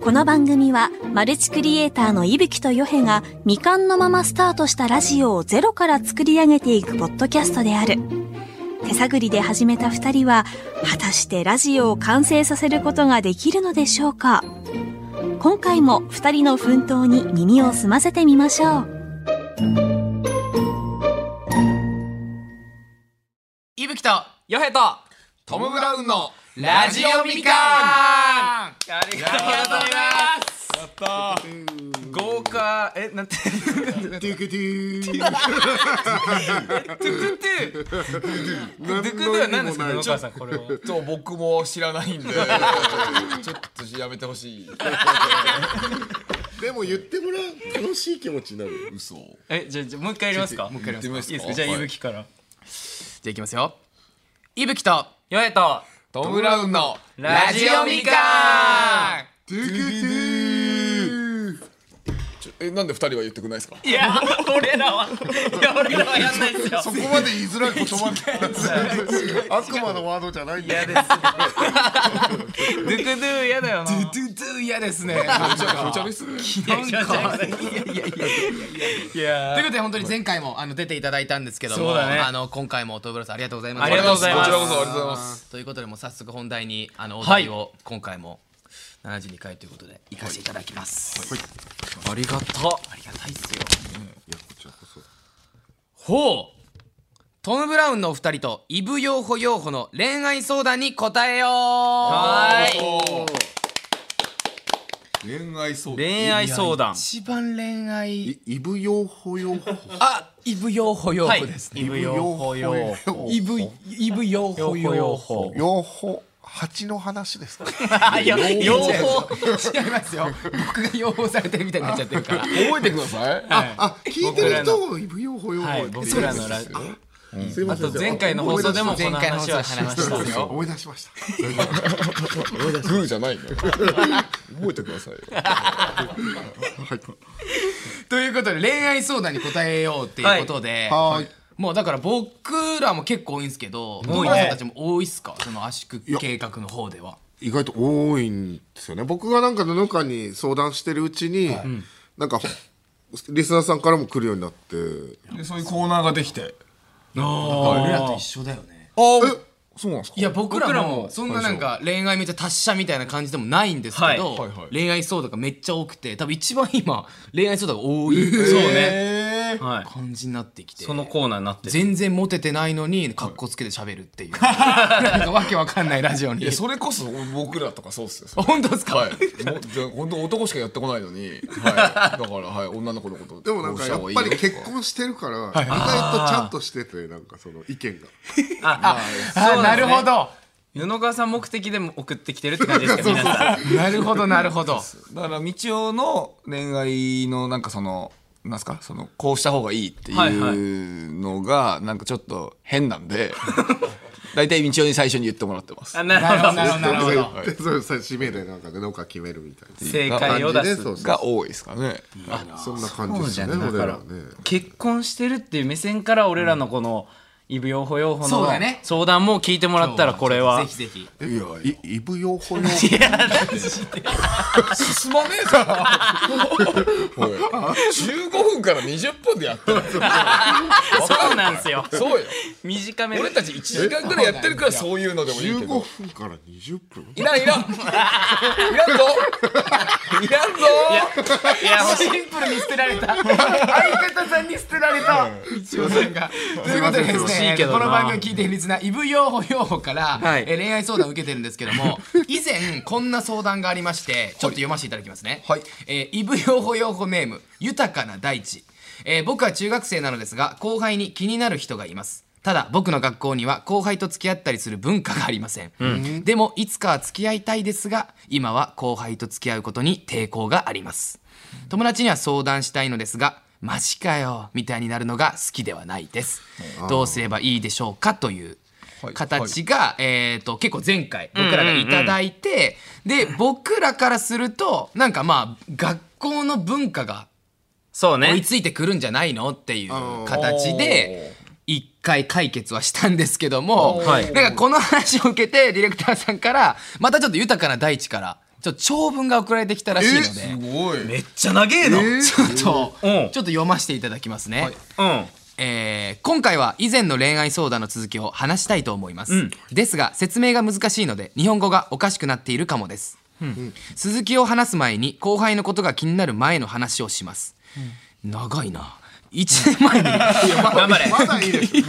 この番組はマルチクリエイターの伊吹とヨヘが未完のままスタートしたラジオをゼロから作り上げていくポッドキャストである。手探りで始めた2人は果たしてラジオを完成させることができるのでしょうか。今回も2人の奮闘に耳を澄ませてみましょう。 伊吹とヨヘとトム・ブラウンのラジオみかん。 ありがとうございます。 やった豪華なんてトゥクトゥトゥクトゥトゥクトゥは何ですかね、お母さんこれは。 そう僕も知らないんでちょっとやめてほしい。 でも言ってもらう楽しい気持ちになる。 嘘。 じゃあもう一回やりますか。 もう一回やりますか。 いいですか。じゃあ伊吹から。 じゃあいきますよ。伊吹とヨヘとトム・ブラウンのラジオみかん。 トゥクトゥなんで二人は言ってくれないですか。 いや俺らはやんないですよ。 そこまで言いづらい言葉で悪魔のワードじゃないんだよ。 嫌です。ドゥクドゥ嫌だよな。 トゥトゥトゥ嫌ですね。 気持ち悪いっすね。 なんかいやいやということで本当に前回も出ていただいたんですけども、 そうだね今回もトム・ブラウンさんありがとうございます。 ありがとうございます。 こちらこそありがとうございます。 ということでもう早速本題にお題を今回も72回ということで行かせていただきます。 ありがとう。 ありがたいっすよ。いやこちらこそ。ほう。トム・ブラウンのお二人とイブヨーホヨーホの恋愛相談に答えよう。 恋愛相談。 恋愛相談。 一番恋愛。 イブヨーホヨーホ。 イブヨーホヨーホですね。 イブヨーホヨーホ。 イブヨーホヨーホ。 ヨーホ蜂の話ですか。 ヨーホ。 違いますよ。僕が養蜂されてるみたいになっちゃってるから。 覚えてください。 聞いてる人もイブヨーホヨーホ。 僕らのラジオ。 すいません。 あと前回の放送でもこの話はしましたよ。 思い出しました。 グーじゃないの。覚えてくださいよ。 ということで恋愛相談に答えようっていうことで、 はい。 もうだから僕らも結構多いんですけど、トムさんたちも多いっすか、その圧縮計画の方では。 意外と多いんですよね。僕がなんか布川に相談してるうちに、なんかリスナーさんからも来るようになって。 でそういうコーナーができて。 俺らと一緒だよね。 そうなんですか。 いや僕らもそんななんか恋愛めっちゃ達者みたいな感じでもないんですけど、恋愛相談がめっちゃ多くて、多分一番今恋愛相談が多いそうね。 感じになってきて、 そのコーナーになってる。 全然モテてないのにカッコつけて喋るっていうなんかわけわかんないラジオに。 それこそ僕らとかそうっすよ。 本当ですか。 はい。本当男しかやってこないのに。だから女の子のこと。 でもなんかやっぱり結婚してるから意外とちゃんとしてて、なんかその意見がなるほど。 布川さん目的でも送ってきてるって感じですか皆さん。 なるほどなるほど。 だから道夫の恋愛のなんかそのなんすか、そのこうした方がいいっていうのがなんかちょっと変なんで、だいたい道夫に最初に言ってもらってます。 なるほどなるほどなるほど。 でそれさ指名でなんか布川決めるみたいな正解を出すそうそうが多いですかね。 そんな感じですね。 だから俺らね。 結婚してるっていう目線から俺らのこのイブヨーホヨーホのそうだね相談も聞いてもらったら、これはぜひぜひ。 いやイブヨーホヨー進まねえぞ。おい15分から20分でやってる。 そうなんですよ。 そうよ。 短めで俺たち1時間ぐらいやってるからそういうのでもいいけ 15 ど。 分から20分。 いらんぞ。いらんぞ。 いやシンプルに捨てられた。相方さんに捨てられた。一応さんが。ということでですね、この番組を聞いているリスナーイブヨーホヨーホから恋愛相談を受けてるんですけども、以前こんな相談がありまして、ちょっと読ませていただきますね。イブヨーホヨーホネーム豊かな大地。僕は中学生なのですが、後輩に気になる人がいます。ただ僕の学校には後輩と付き合ったりする文化がありません、でもいつかは付き合いたいですが、今は後輩と付き合うことに抵抗があります。友達には相談したいのですが、マジかよみたいになるのが好きではないです。どうすればいいでしょうかという形が、結構前回僕らがいただいて、で僕らからするとなんかまあ学校の文化がそうね追いついてくるんじゃないのっていう形で一回解決はしたんですけども、なんかこの話を受けてディレクターさんからまたちょっと豊かな大地からちょっと長文が送られてきたらしいので、 すごい。 めっちゃ長えの。 ちょっと読ませていただきますね。今回は以前の恋愛相談の続きを話したいと思います、ですが説明が難しいので日本語がおかしくなっているかもです、続きを話す前に後輩のことが気になる前の話をします、長いな。1年前に頑張れ。 まだいいです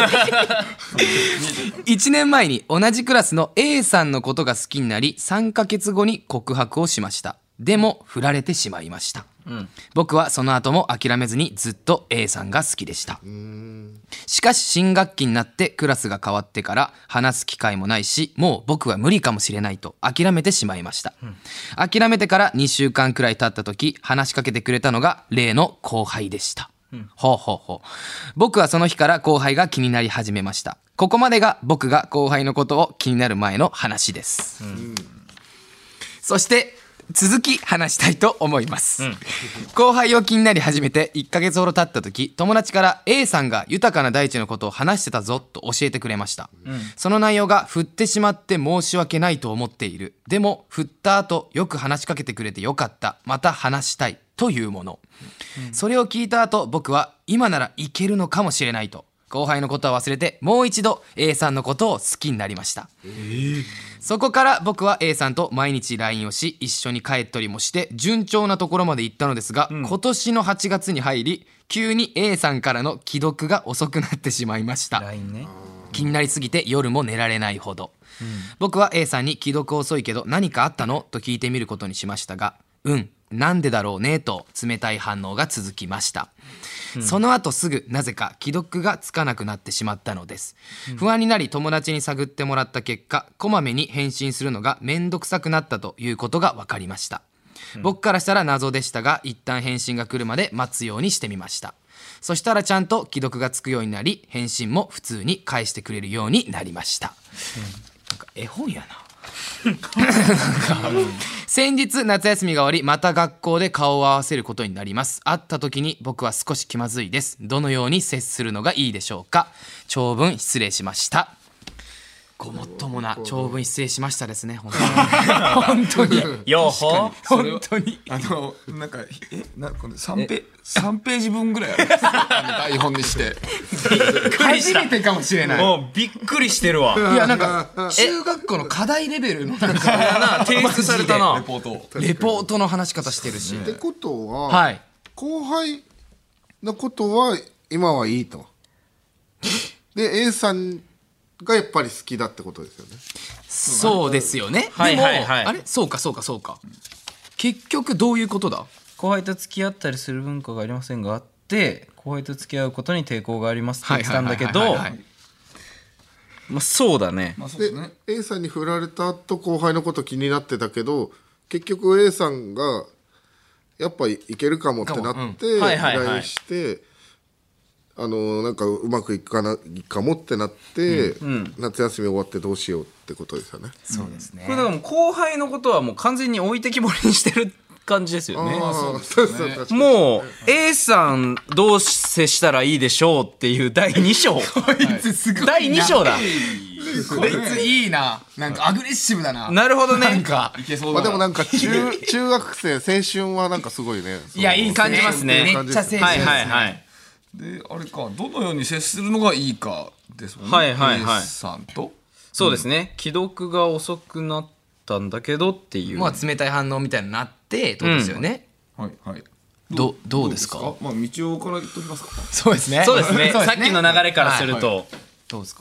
1年前に同じクラスの A さんのことが好きになり3ヶ月後に告白をしました。でも振られてしまいました、僕はその後も諦めずにずっと A さんが好きでした。しかし新学期になってクラスが変わってから話す機会もないし、もう僕は無理かもしれないと諦めてしまいました、諦めてから2週間くらい経った時話しかけてくれたのが例の後輩でした。僕はその日から後輩が気になり始めました。ここまでが僕が後輩のことを気になる前の話です、そして続き話したいと思います、後輩を気になり始めて1ヶ月ほど経った時、友達から A さんが豊かな大地のことを話してたぞと教えてくれました、その内容が振ってしまって申し訳ないと思っている、でも振った後よく話しかけてくれてよかった、また話したいというもの、それを聞いた後僕は今ならいけるのかもしれないと後輩のことは忘れてもう一度 A さんのことを好きになりました、そこから僕は A さんと毎日 LINE をし一緒に帰ったりもして順調なところまで行ったのですが、今年の8月に入り急に A さんからの既読が遅くなってしまいました。 LINE ね。 気になりすぎて夜も寝られないほど、僕は A さんに既読遅いけど何かあったのと聞いてみることにしましたが、なんでだろうねと冷たい反応が続きました、その後すぐなぜか既読がつかなくなってしまったのです、不安になり友達に探ってもらった結果、こまめに返信するのがめんどくさくなったということが分かりました、僕からしたら謎でしたが一旦返信が来るまで待つようにしてみました。そしたらちゃんと既読がつくようになり返信も普通に返してくれるようになりました、なんか絵本やな先日夏休みが終わりまた学校で顔を合わせることになります。会った時に僕は少し気まずいです。どのように接するのがいいでしょうか。長文失礼しました。ごもっともな長文失礼しましたですね。本当にようほ本当になんかこれ3ページ分ぐらいある台本にして初めてかもしれない。 もうびっくりしてるわ。 いやなんか中学校の課題レベルのなんか提出されたな。 レポートの話し方してるし。 ってことは、 はい、 後輩のことは今はいいと。で A さんがやっぱり好きだってことですよね。 そうですよね。 はいはいはい。 でもあれそうか結局どういうことだ。 後輩と付き合ったりする文化がありませんがあって後輩と付き合うことに抵抗がありますって言ってたんだけど、まあそうだね。 で A さんに振られた後後輩のこと気になってたけど結局 A さんがやっぱいけるかもってなって LINE してなんかうまくいかないかもってなって、夏休み終わってどうしようってことですよね。 そうですね。 これだからもう後輩のことはもう完全に置いてきぼりにしてる感じですよね。 そうもう A さんどう接したらいいでしょうっていう第2章第2章だ。 こいついいな。なんかアグレッシブだな。 なるほどね。 なんかいけそうだな。 でもなんか中学生青春はなんかすごいね。 いやいい感じますね。めっちゃ青春ですね。 はいはいはい。 であれかどのように接するのがいいかですもんね。 はいはいはい。 A さんとそうですね。既読が遅くなったんだけどっていう。 まあ冷たい反応みたいになってってことですよね。 はいはい。 どうですか。 まあ道をから言っときますか。 そうですね。 そうですね。さっきの流れからするとどうですか。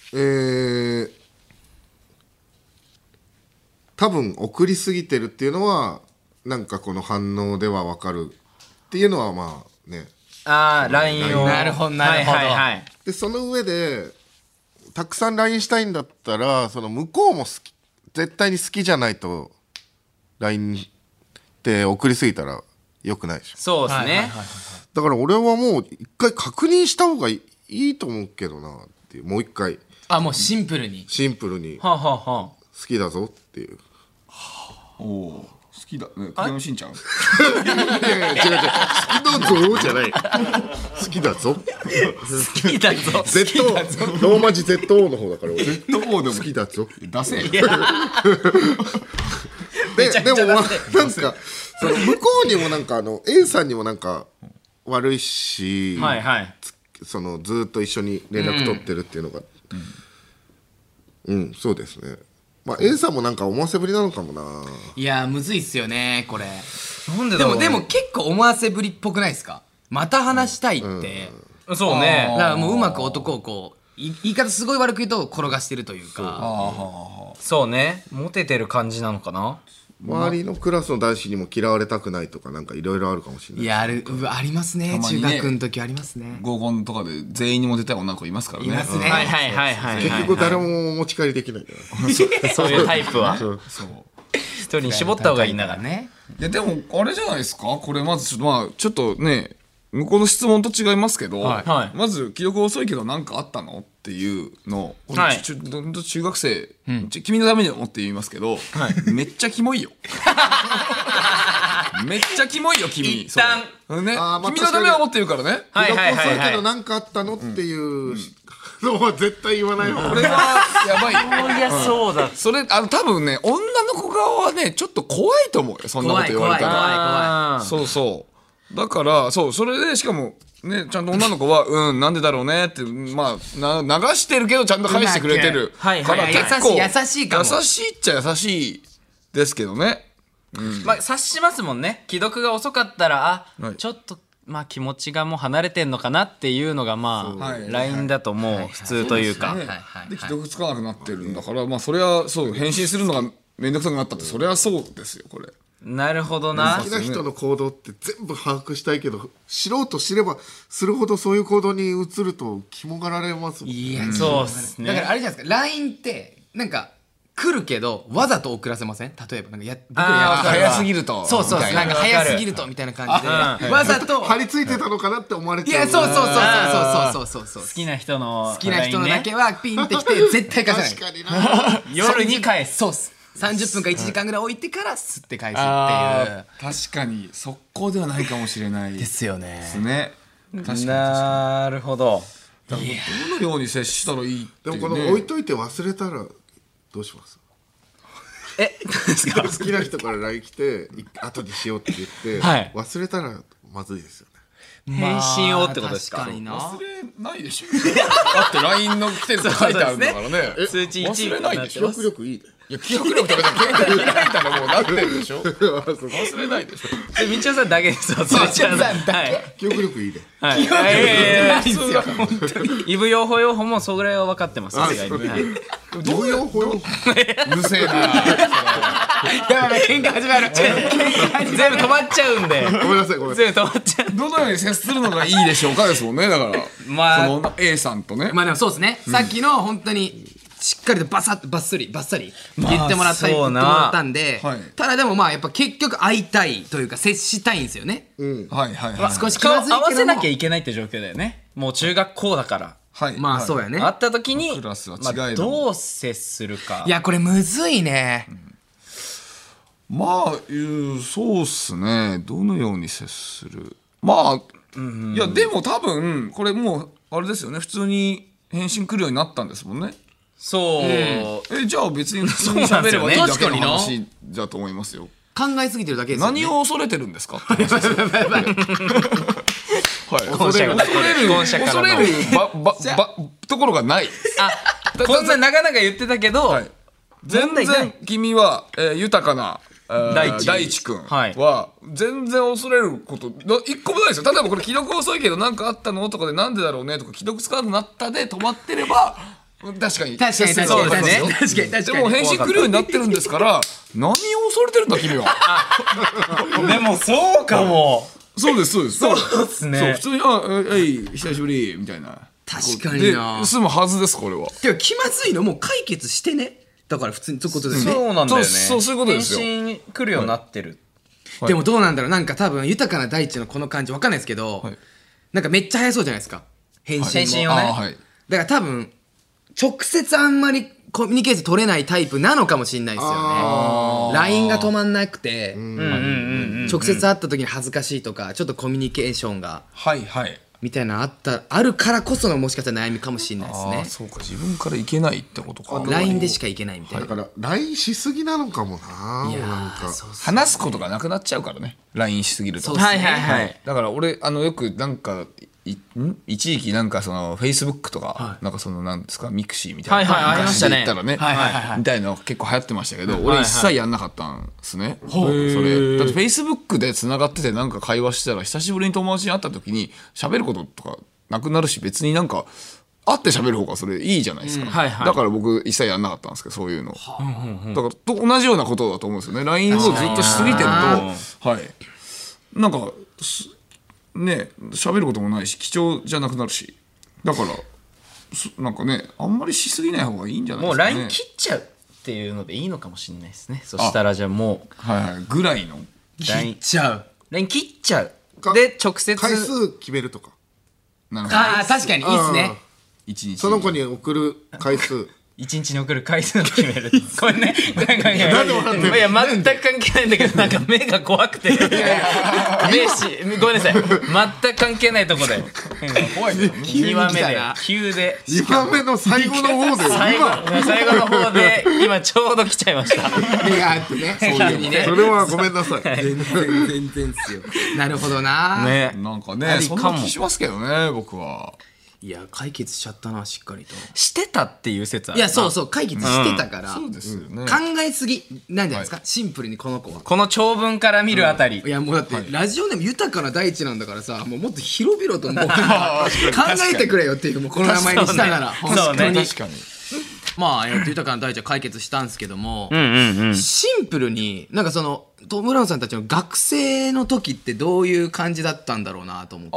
多分送りすぎてるっていうのはなんかこの反応では分かるっていうのはまあね。 LINE をなるほどなるほど。 でその上でたくさん LINE したいんだったらその向こうも絶対に好きじゃないと LINE って送りすぎたらよくないでしょ。 そうですね。 だから俺はもう一回確認した方がいいと思うけどなっていう。もう一回もうシンプルに好きだぞっていう。 おお好きだね。クレヨンしんちゃん。 いや違う好きだぞじゃない。好きだぞ。 好きだぞ。 Z ローマ字 ZO の方だから俺。 ZO でも好きだぞ。 出せ。 でもなんかその向こうにもなんかA さんにもなんか悪いし、 はいはい、 そのずっと一緒に連絡取ってるっていうのがそうですね。まあ A さんもなんか思わせぶりなのかもな。 いやむずいっすよねこれ。 なんでだろうね。 でも結構思わせぶりっぽくないですか。また話したいって、 そうね。 だからもううまく男をこう言い方すごい悪く言うと転がしてるというか。 そうね、モテてる感じなのかな。 周りのクラスの男子にも嫌われたくないとかなんかいろいろあるかもしれない。 いやありますね。中学の時ありますね。 合コンとかで全員にモテたい女の子いますからね。 いますね。 はいはいはいはい。 結局誰も持ち帰りできないんだよ。 そういうタイプはそう一人に絞った方がいいんだからね。 いやでもあれじゃないですか。これまずちょっとね向こうの質問と違いますけど、まず記憶遅いけど何かあったのっていうのを、中学生、君のために思って言いますけど、めっちゃキモいよ。めっちゃキモいよ君。 一旦ね、君のために思って言うからね。 記憶遅いけど何かあったのっていうのは絶対言わない方が。 これはやばいよ。 いやそうだ。 それ多分ね女の子側はねちょっと怖いと思うよ。そんなこと言われたら。そうそう。だからそれでしかもねちゃんと女の子はなんでだろうねってまあ流してるけどちゃんと返してくれてるから結構優しいかも。 優しいっちゃ優しいですけどね。 まあ察しますもんね。既読が遅かったらちょっとまあ気持ちがもう離れてんのかなっていうのがまあ LINE だともう普通というか。 で既読つかなくなってるんだからまあそれはそう返信するのが面倒くさくなったってそれはそうですよこれ。 なるほどな。 好きな人の行動って全部把握したいけど知ろうと知ればするほどそういう行動に移ると肝がられますもんね。 いやそうですね。 だからあれじゃないですか LINE ってなんか来るけどわざと遅らせません。例えばなんか僕ら早すぎるとそうなんか早すぎるとみたいな感じでわざと張り付いてたのかなって思われてる。 いやそう好きな人のだけはピンってきて絶対返さない。 確かにな。 夜に返す。 そうっす。30分か1時間ぐらい置いてからスッて返すっていう。 確かに速攻ではないかもしれないですよね。 確かになるほど。 どのように接したらいいっていうね。 でもこの置いといて忘れたらどうします？好きな人から LINE 来て後にしようって言って忘れたらまずいですよね。 返信をってことですか。 忘れないでしょ。だって LINE の来てるって書いてあるんだからね。 通知1 忘れないでしょ。 記憶力いいね。 いや記憶力とか携帯開いたらもうなってるでしょ。忘れないでしょ。 みちおさんだけです忘れちゃう。 記憶力いいね。 記憶力ないですよ。イブ用法用法もそぐらいは分かってます。 どういう方法？ うるせえな。 やばい喧嘩始まる。 全部止まっちゃうんで。 ごめんなさい全部止まっちゃう。 どのように接するのがいいでしょうかですもんね。だからまあその A さんとね。 まあでもそうですね。さっきの本当にしっかりとバッサリ言ってもらったんで、ただでもまあやっぱ結局会いたいというか接したいんですよね。少し気まずいけども合わせなきゃいけないって状況だよね。もう中学校だから。 まあそうやね。 会った時にクラスは違いどう接するか。 いやこれむずいね。 まあそうっすね。どのように接する。まあいやでも多分これもうあれですよね。普通に返信来るようになったんですもんね。 そう。 じゃあ別に普通に喋ればいいだけの話だと思いますよ。 考えすぎてるだけですよね。 何を恐れてるんですか。 恐れるところがない。 こんな長々言ってたけど全然君は豊かな大地君は全然恐れること一個もないですよ。例えばこれ既読遅いけど何かあったのとかでなんでだろうねとか既読つかなくなったで止まってれば確かにそうですね。 でも返信来るようになってるんですから何を恐れてるんだ君は。 でもそうかも。 そうですそうですね。 普通に久しぶりみたいな確かにな。 済むはずですこれは。 でも気まずいのもう解決してね。だから普通にそういうことですね。 そうなんだよね。 そういうことですよ。 返信来るようになってる。 でもどうなんだろう。なんか多分豊かな大地のこの感じわかんないですけど、なんかめっちゃ早そうじゃないですか。返信をね。だから多分直接あんまりコミュニケーション取れないタイプなのかもしれないですよね。LINE が止まんなくて直接会った時に恥ずかしいとかちょっとコミュニケーションがみたいなあるからこそのもしかしたら悩みかもしれないですね。 そうか、自分からいけないってことか。 LINE でしかいけないみたいな。 だから LINE しすぎなのかもな。 いやなんか話すことがなくなっちゃうからね、 LINE しすぎると。 はいはいはい。 だから俺よくなんか一時期なんかそのフェイスブックとか、なんかそのなんですかミクシーみたいな、 はいはい、ありましたね。 昔で言ったらね、みたいなの結構流行ってましたけど、俺一切やんなかったんですね。それだってフェイスブックでつながっててなんか会話したら、久しぶりに友達に会った時に喋ることとかなくなるし、別になんか会って喋る方がそれいいじゃないですか。だから僕一切やんなかったんですけど、そういうの。だからと同じようなことだと思うんですよね。 LINE をずっとしすぎてると、なんかね、喋ることもないし貴重じゃなくなるし、だからなんかね、あんまりしすぎない方がいいんじゃないですかね。 もう LINE 切っちゃうっていうのでいいのかもしれないですね。そしたらじゃあもうぐらいの切っちゃう。 LINE 切っちゃうで直接回数決めるとか。 なるほど。 確かにいいっすね。 一日その子に送る回数一日に送る回数を決める。これね、なんかいや全く関係ないんだけど、なんか目が怖くて、ごめんなさい、全く関係ないとこで怖いね。2番目で急で 2番目の最後の方で最後の方で今ちょうど来ちゃいました。 目があってね、そういうにね。 それはごめんなさい。 全然ですよ。なるほどな。 ね、 なんかね、そんな気しますけどね、僕は。 いや解決しちゃったな、しっかりと。 してたっていう説ある。 いやそう解決してたから、 そうですよね。 考えすぎなんじゃないですか、シンプルにこの子は。 この長文から見るあたり、 いやもうだってラジオネーム豊かな大地なんだからさ、もうもっと広々ともう考えてくれよっていう、もうこの名前にしたならそうね、 確かに。 まあ豊かな大地は解決したんですけども、シンプルになんかそのトム・ブラウンさんたちの学生の時ってどういう感じだったんだろうなと思って。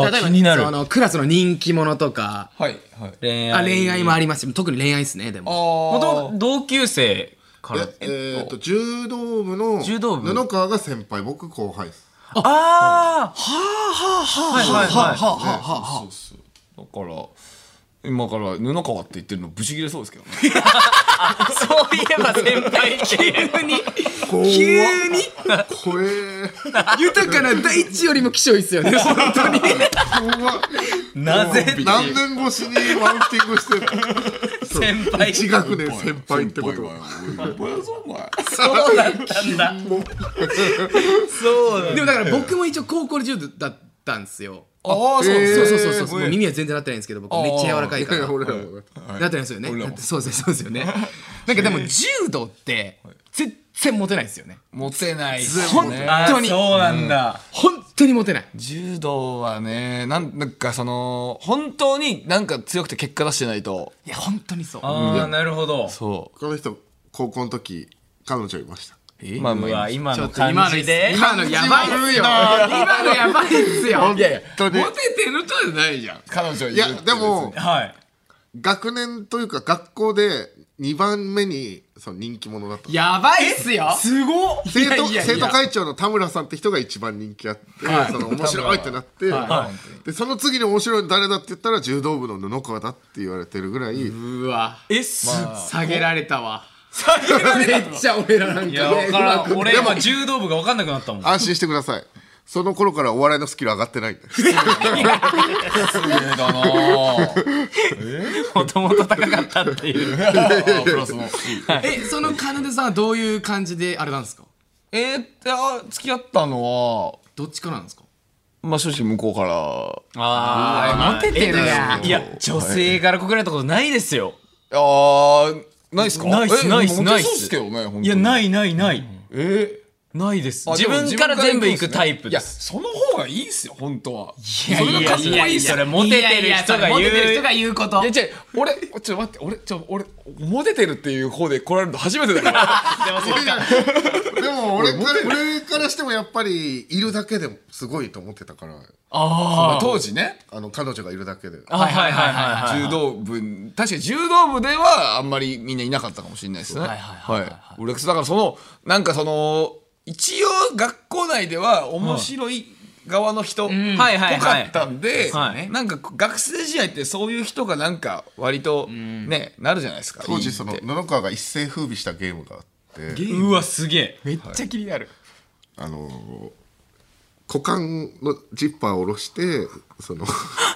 例えば気になる。 そのクラスの人気者とか、 恋愛もありますし、特に恋愛ですね。でも同級生から柔道部の布川が先輩、僕後輩です。 ああ、 だから今から布川って言ってるのブチ切れそうですけどね。 そういえば先輩って急に怖え。 豊かな大地よりも希少いっすよね、本当に。 なぜ何年越しにマウンティングしてる。 先輩 1学年先輩ってことは。 そうだったんだ。そうだ。 でもだから僕も一応高校で柔道だったんですよ。 ああ、 そう、耳は全然なってないんですけど、僕めっちゃ柔らかいから。 俺らもなってないですよね。そうですよね。なんかでも柔道って全然モテないですよね。 モテないです本ね。 当に。 そうなんだ。 本当にモテない。 柔道はね、なんかその本当になんか強くて結果出してないと。 いや本当にそう。 ああ、なるほど。 そう。 この人高校の時彼女いました。 まあ今の感じで今のやばいっすよ。今のやばいっすよ。 いやいや、 モテてるとはないじゃん。 彼女いやでも学年というか学校で2番目にその人気者だった。 やばいっすよ。 すごっ。 生徒会長の田村さんって人が一番人気あって、その面白いってなって、でその次に面白いの誰だって言ったら柔道部の布川だって言われてるぐらい。 うわ、 下げられたわ。めっちゃ俺らなんかね。 俺今柔道部が分かんなくなったもん。 安心してください。その頃からお笑いのスキル上がってないんだよ。 だな。 もともと高かったっていう。 そのかなでさんはどういう感じであれなんですか。 付き合ったのはどっちからなんですか。 まあ正直向こうから。 モテてるやん。いや女性から告られたことないですよ。 ないっすか。 ないっす。 いやないないです。自分から全部行くタイプです。 いやその方がいいっすよ本当は。 いやそれモテてる人が言うこと。 いや俺ちょっと待って俺モテてるっていう方で来られるの初めてだから。 でも俺からしてもやっぱりいるだけでもすごいと思ってたから。 当時ね、 彼女がいるだけで。 柔道部、確かに柔道部ではあんまりみんないなかったかもしれないですね。俺だからそのなんかその一応学校内では面白い側の人っぽかったんで、なんか学生時代ってそういう人がなんか割とねなるじゃないですか。 当時その布川が一世風靡したゲームがあって。 うわすげえ。 めっちゃ気になる。 股間のジッパーを下ろしてその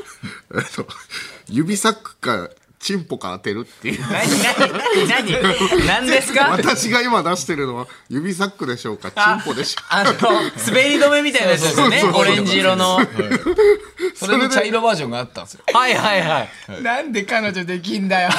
指サックかチンポか当てるっていう。 何ですか？ 私が今出してるのは指サックでしょうかチンポでしょうか。 滑り止めみたいなやつですよね。オレンジ色の。 それの茶色バージョンがあったんですよ。 はいはいはい。 なんで彼女できんだよ。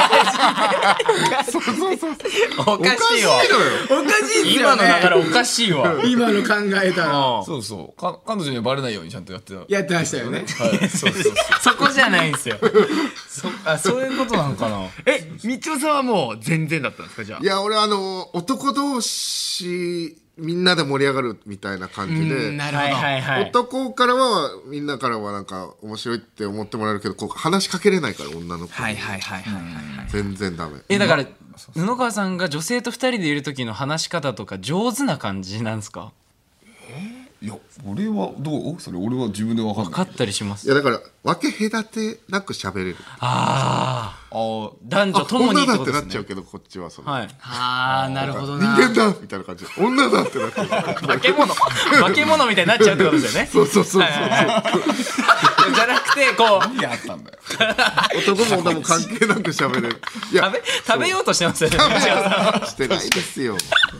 おかしいわ。 おかしいっすよね。 今のだからおかしいわ。 今の考えたら。 そうそう。彼女にはバレないようにちゃんとやってた。 やってましたよね。 そこじゃないんですよ。そういうことなのかな。 みちおさんはもう全然だったんですか？じゃあ。 いや俺男同士みんなで盛り上がるみたいな感じで、 なるほど。 はいはいはい。 男からはみんなからはなんか面白いって思ってもらえるけどこう話しかけれないから女の子に。 はいはいはいはいはい。 全然ダメ。 だから布川さんが女性と2人でいる時の話し方とか上手な感じなんですか？ いや俺はどう？それ俺は自分で分かんない。 分かったりします。 いやだから分け隔てなく喋れる。 ああ男女ともにって女だことですね。 ってなっちゃうけどこっちはその、 はい。 ああなるほど人な。 間だみたいな感じで女だってなっちゃう。 化け物みたいになっちゃうってことですよね。 そうそうそうそう。 じゃなくてこう何があったんだよ。 男も女も関係なく喋れる。いや食べようとしてますよね。 してないですよ。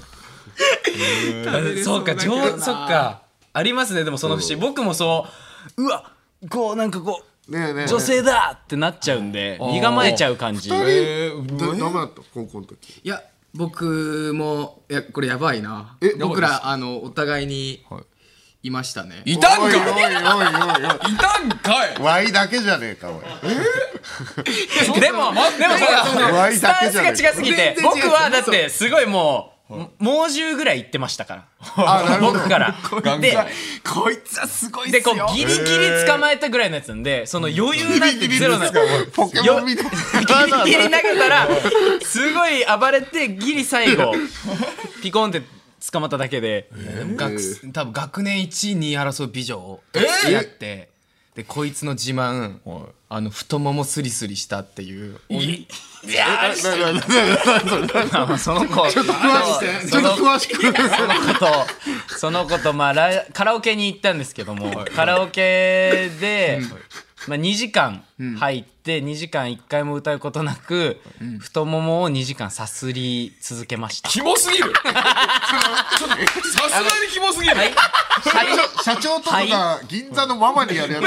そうかそっかありますね。でもその節僕もうわこうなんかこうねえねえ女性だってなっちゃうんで身構えちゃう感じ。 ダメだった高校の時。 いや僕もこれやばいな。僕らお互いにいましたね。 いたんかい。 おいおいおいおい。 いたんかい。 ワイだけじゃねえかおい。 でもワイスタンスがだけじゃねえ違すぎて僕はだってすごいもう猛獣ぐらい言ってましたから僕からでこいつはすごいっすでよ。 こうギリギリ捕まえたぐらいのやつなんでその余裕なんてゼロなの。 ポケモンみたいな。 ギリギリ投げたらすごい暴れてギリ最後ピコンって捕まっただけで。 多分学年1位2位争う美女をやってでこいつの自慢太ももスリスリしたっていう。 その子その子とカラオケに行ったんですけどもカラオケで2時間入って2時間1回も歌うことなく太ももを2時間さすり続けました。 キモすぎる。さすがにキモすぎる。 社長とかが銀座のママにやるやつ。 い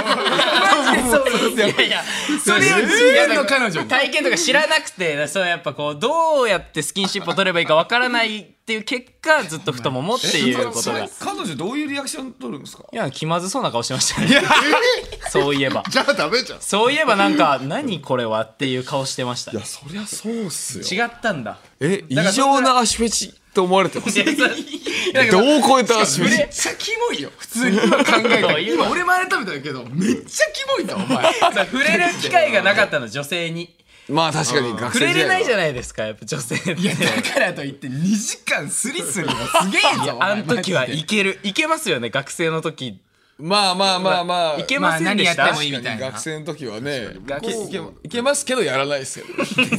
やいやそれを自分の彼女体験とか知らなくてそうやっぱこうどうやってスキンシップを取ればいいかわからないっていう結果ずっと太ももっていうことが。 彼女どういうリアクション取るんですか？ いや気まずそうな顔してましたね。そういえばじゃあダメじゃん。 そういえばなんか何これはっていう顔してましたね。 そりゃそうっすよ。 違ったんだ。 異常な足フェチと思われてます。どう超えた足フェチ。 めっちゃキモいよ普通に今考えたら。今俺も改めたけどめっちゃキモいんだお前。 触れる機会がなかったの女性に。 まあ確かに学触生時代はれれないじゃないですかやっぱ女性って。 いやだからといって2時間スリスリもすげえぞ。 あん時はいけますよね学生の時。 まあいけませんでした。 何やってもいいみたいな。 学生の時はねいけますけどやらないですよ。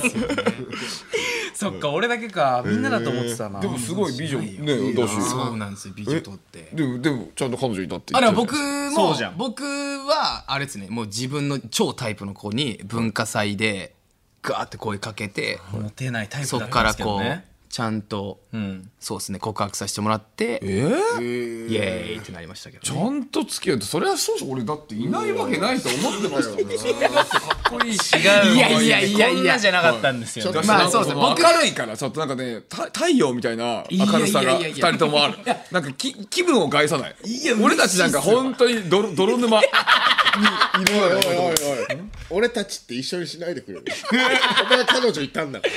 そっか俺だけかみんなだと思ってたな。 でもすごい美女ねだし。 そうなんですよ美女とって。 でもちゃんと彼女いたって言って。 僕はあれですねもう自分の超タイプの子に文化祭でガーって声かけてモテないタイプそっだったんでからこうすけどね。 ちゃんとそうですね告白させてもらってイエーイってなりましたけど。 ちゃんと付き合うとそれはそう俺だっていないわけないと思ってましたよ。だってかっこいいし。 違ういやこんなんじゃなかったんですよ。 まあそうですね明るいからちょっとなんかね太陽みたいな明るさが2人ともある。なんか気分を害さない。俺たちなんか本当に泥沼にいるわよ。 俺たちって一緒にしないでくれる。お前彼女いたんだから。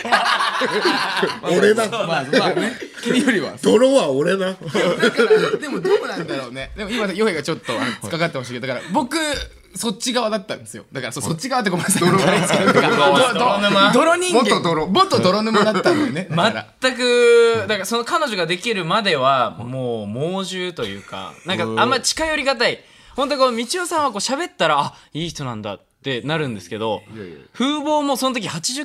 俺だ。 まあね君よりは泥は俺だ。 だからでもどうなんだろうね。でも今ヨヘがちょっと突っかかってほしいけどだから僕そっち側だったんですよ。だからそっち側ってごめんなさい。泥沼泥人間元泥沼だったんだよね。 全くだからその彼女ができるまではもう猛獣というかなんかあんま近寄りがたい。本当にこう道夫さんはこう喋ったらいい人なんだってなるんですけど風貌もその時80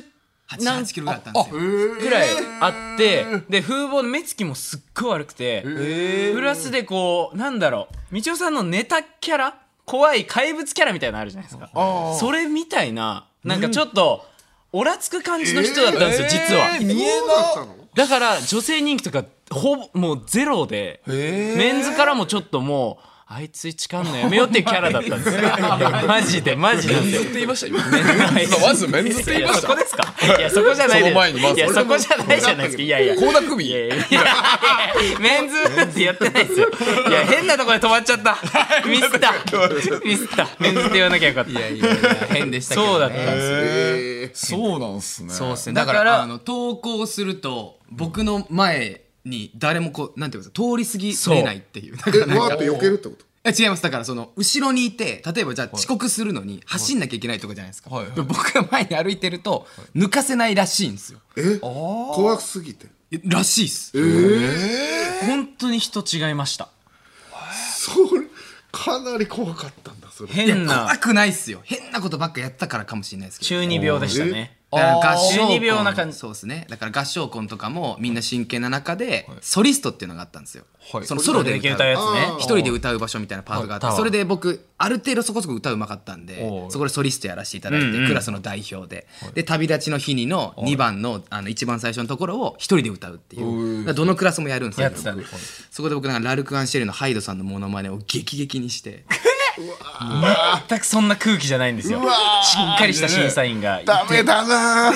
8キロぐらいあったんですよ。 ぐらいあって、で風貌の目つきもすっごい悪くて、プラスでこうなんだろう、みちおさんのネタキャラ、怖い怪物キャラみたいなのあるじゃないですか。それみたいな、なんかちょっとオラつく感じの人だったんですよ、実は。 見えなかったの？ だから女性人気とかほぼもうゼロで、メンズからもちょっともうあいつ誓うのやめようっていうキャラだったんですよ。マジでなんで。 メンズって言いました今。まずメンズって言いました。 そこですか？いやそこじゃないです。 その前にまずいやそこじゃないじゃないですか。いやいや。 倖田來未。 いやメンズってやってないですよ。いや変なところで止まっちゃった。ミスった。メンズって言わなきゃよかった。 いや変でしたけどね。 そうだったんですよ。 そうなんすね。 そうですね。だから投稿すると僕の前に誰もこうなんていうんですか、通り過ぎれないっていう。 わーって避けるってこと？ 違います。だからその後ろにいて、例えばじゃあ遅刻するのに走んなきゃいけないとかじゃないですか。僕が前に歩いてると抜かせないらしいんですよ。 怖すぎて。 らしいっす。 本当に人違いました。 それかなり怖かったんだそれ。 変な怖くないっすよ。変なことばっかやったからかもしれないですけど。 中二病でしたね。 だから合唱中二病な感じ。 そうですね。だから合唱コンとかもみんな真剣な中でソリストっていうのがあったんですよ。そのソロで歌うやつね。 一人で歌う場所みたいなパートがあって、それで僕ある程度そこそこ歌うまかったんで、そこでソリストやらせていただいて、クラスの代表で、で旅立ちの日にの2番の一番最初のところを一人で歌うっていう。だからどのクラスもやるんですよ。そこで僕なんかラルク・アンシェルのハイドさんのモノマネを激激にして。 全くそんな空気じゃないんですよ。しっかりした審査員がいて。 ダメだな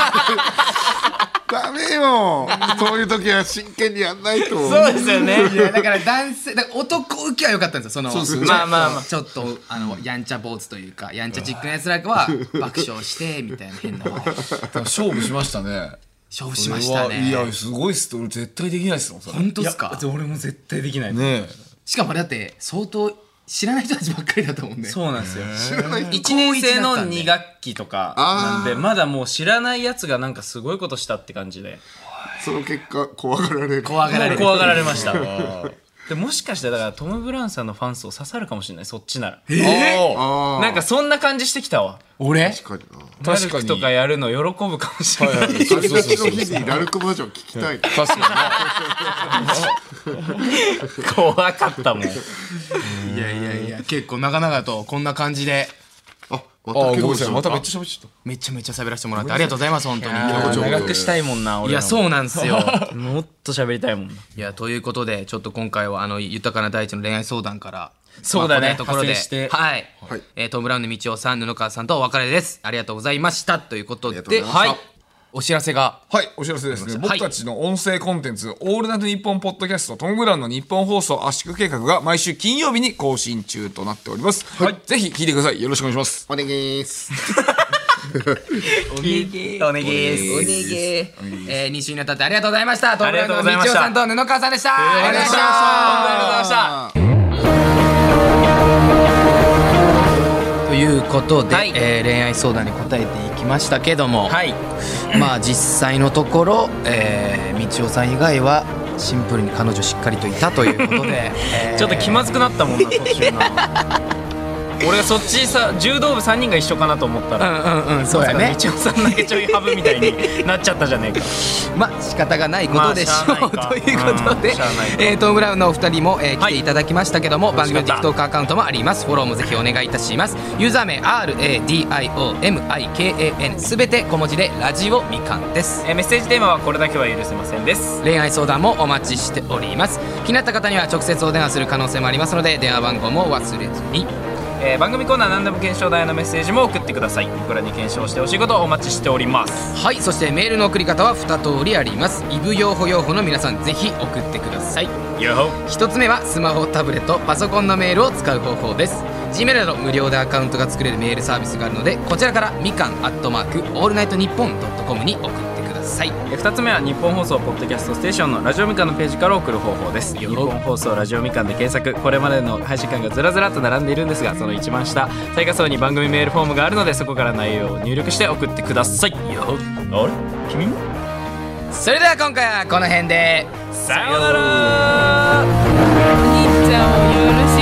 ダメよ。そういう時は真剣にやんないと。 そうですよね。 いやだから男性、だから男受けは良かったんですよ。そのまあちょっとやんちゃ坊主というかやんちゃチックなやつらは爆笑してみたいな変な。 勝負しましたね。 勝負しましたね。 いやすごいっす。俺絶対できないっすもん。 本当ですか？ 俺も絶対できないね。 しかもあれだって相当知らない人たちばっかりだったもんね。 そうなんですよ。1年生の2学期とかなんで、まだもう知らないやつがなんかすごいことしたって感じで、 その結果怖がられる。 怖がられました。でもしかしてだからトム・ブラウンさんのファン層刺さるかもしれない、そっちなら。なんかそんな感じしてきたわ。俺確かにな。 ラルクとかやるの喜ぶかもしれない。 旅立ちの日にラルクバージョン聞きたい。 確か怖かったもん。 いや結構長々とこんな感じで。 またに。まためっちゃ喋っちゃった。 めちゃめちゃ喋らせてもらってありがとうございます。本当に長くしたいもんな。 いやそうなんですよ。 もっと喋りたいもん。 いやということでちょっと今回は豊かな大地の恋愛相談から、 そうだね、 ところで派生してはいトム・ブラウンのみちおさん、布川さんとお別れです。ありがとうございましたということで、 はいお知らせが。 はい、お知らせですね。僕たちの音声コンテンツ、オールナイトニッポンポッドキャスト、トム・ブラウンの日本放送圧縮計画が毎週金曜日に更新中となっております。ぜひ聞いてください。よろしくお願いします。 お願いします。 お願い2週にわたってありがとうございました。トム・ブラウンのみちおさんと布川さんでした。 ありがとうございました。ありがとうございました。 ということで、恋愛相談に答えていきましたけども、まあ実際のところ、みちおさん以外はシンプルに彼女しっかりといたということで、 ちょっと気まずくなったもんな途中な。俺そっちさ、柔道部3人が一緒かなと思ったら、 そうやね。 みちおさんだけちょいハブみたいになっちゃったじゃねえか。 まあ仕方がないことでしょう、ということで、トム・ブラウンのお二人も、来ていただきましたけども、番組の TikTok アカウントもあります。フォローもぜひお願いいたします。ユーザー名 RADIOMIKAN すべて小文字でラジオみかんです。 メッセージテーマはこれだけは許せませんです。 恋愛相談もお待ちしております。気になった方には直接お電話する可能性もありますので、電話番号も忘れずに。 番組コーナー何でも検証台のメッセージも送ってください。僕らに検証してほしいことをお待ちしております。 はい、そしてメールの送り方は2通りあります。イブ用法用法の皆さんぜひ送ってください。1つ目はスマホ、タブレット、パソコンのメールを使う方法です。 Gmail など無料でアカウントが作れるメールサービスがあるので、こちらからみかん@allnightnippon.com に送ってください。 2つ目は日本放送ポッドキャストステーションのラジオみかんのページから送る方法です。日本放送ラジオみかんで検索。これまでの配信間がずらずらと並んでいるんですが、その一番下最下層に番組メールフォームがあるので、そこから内容を入力して送ってください。あれ君も。 それでは今回はこの辺でさようなら。 お兄ちゃんを許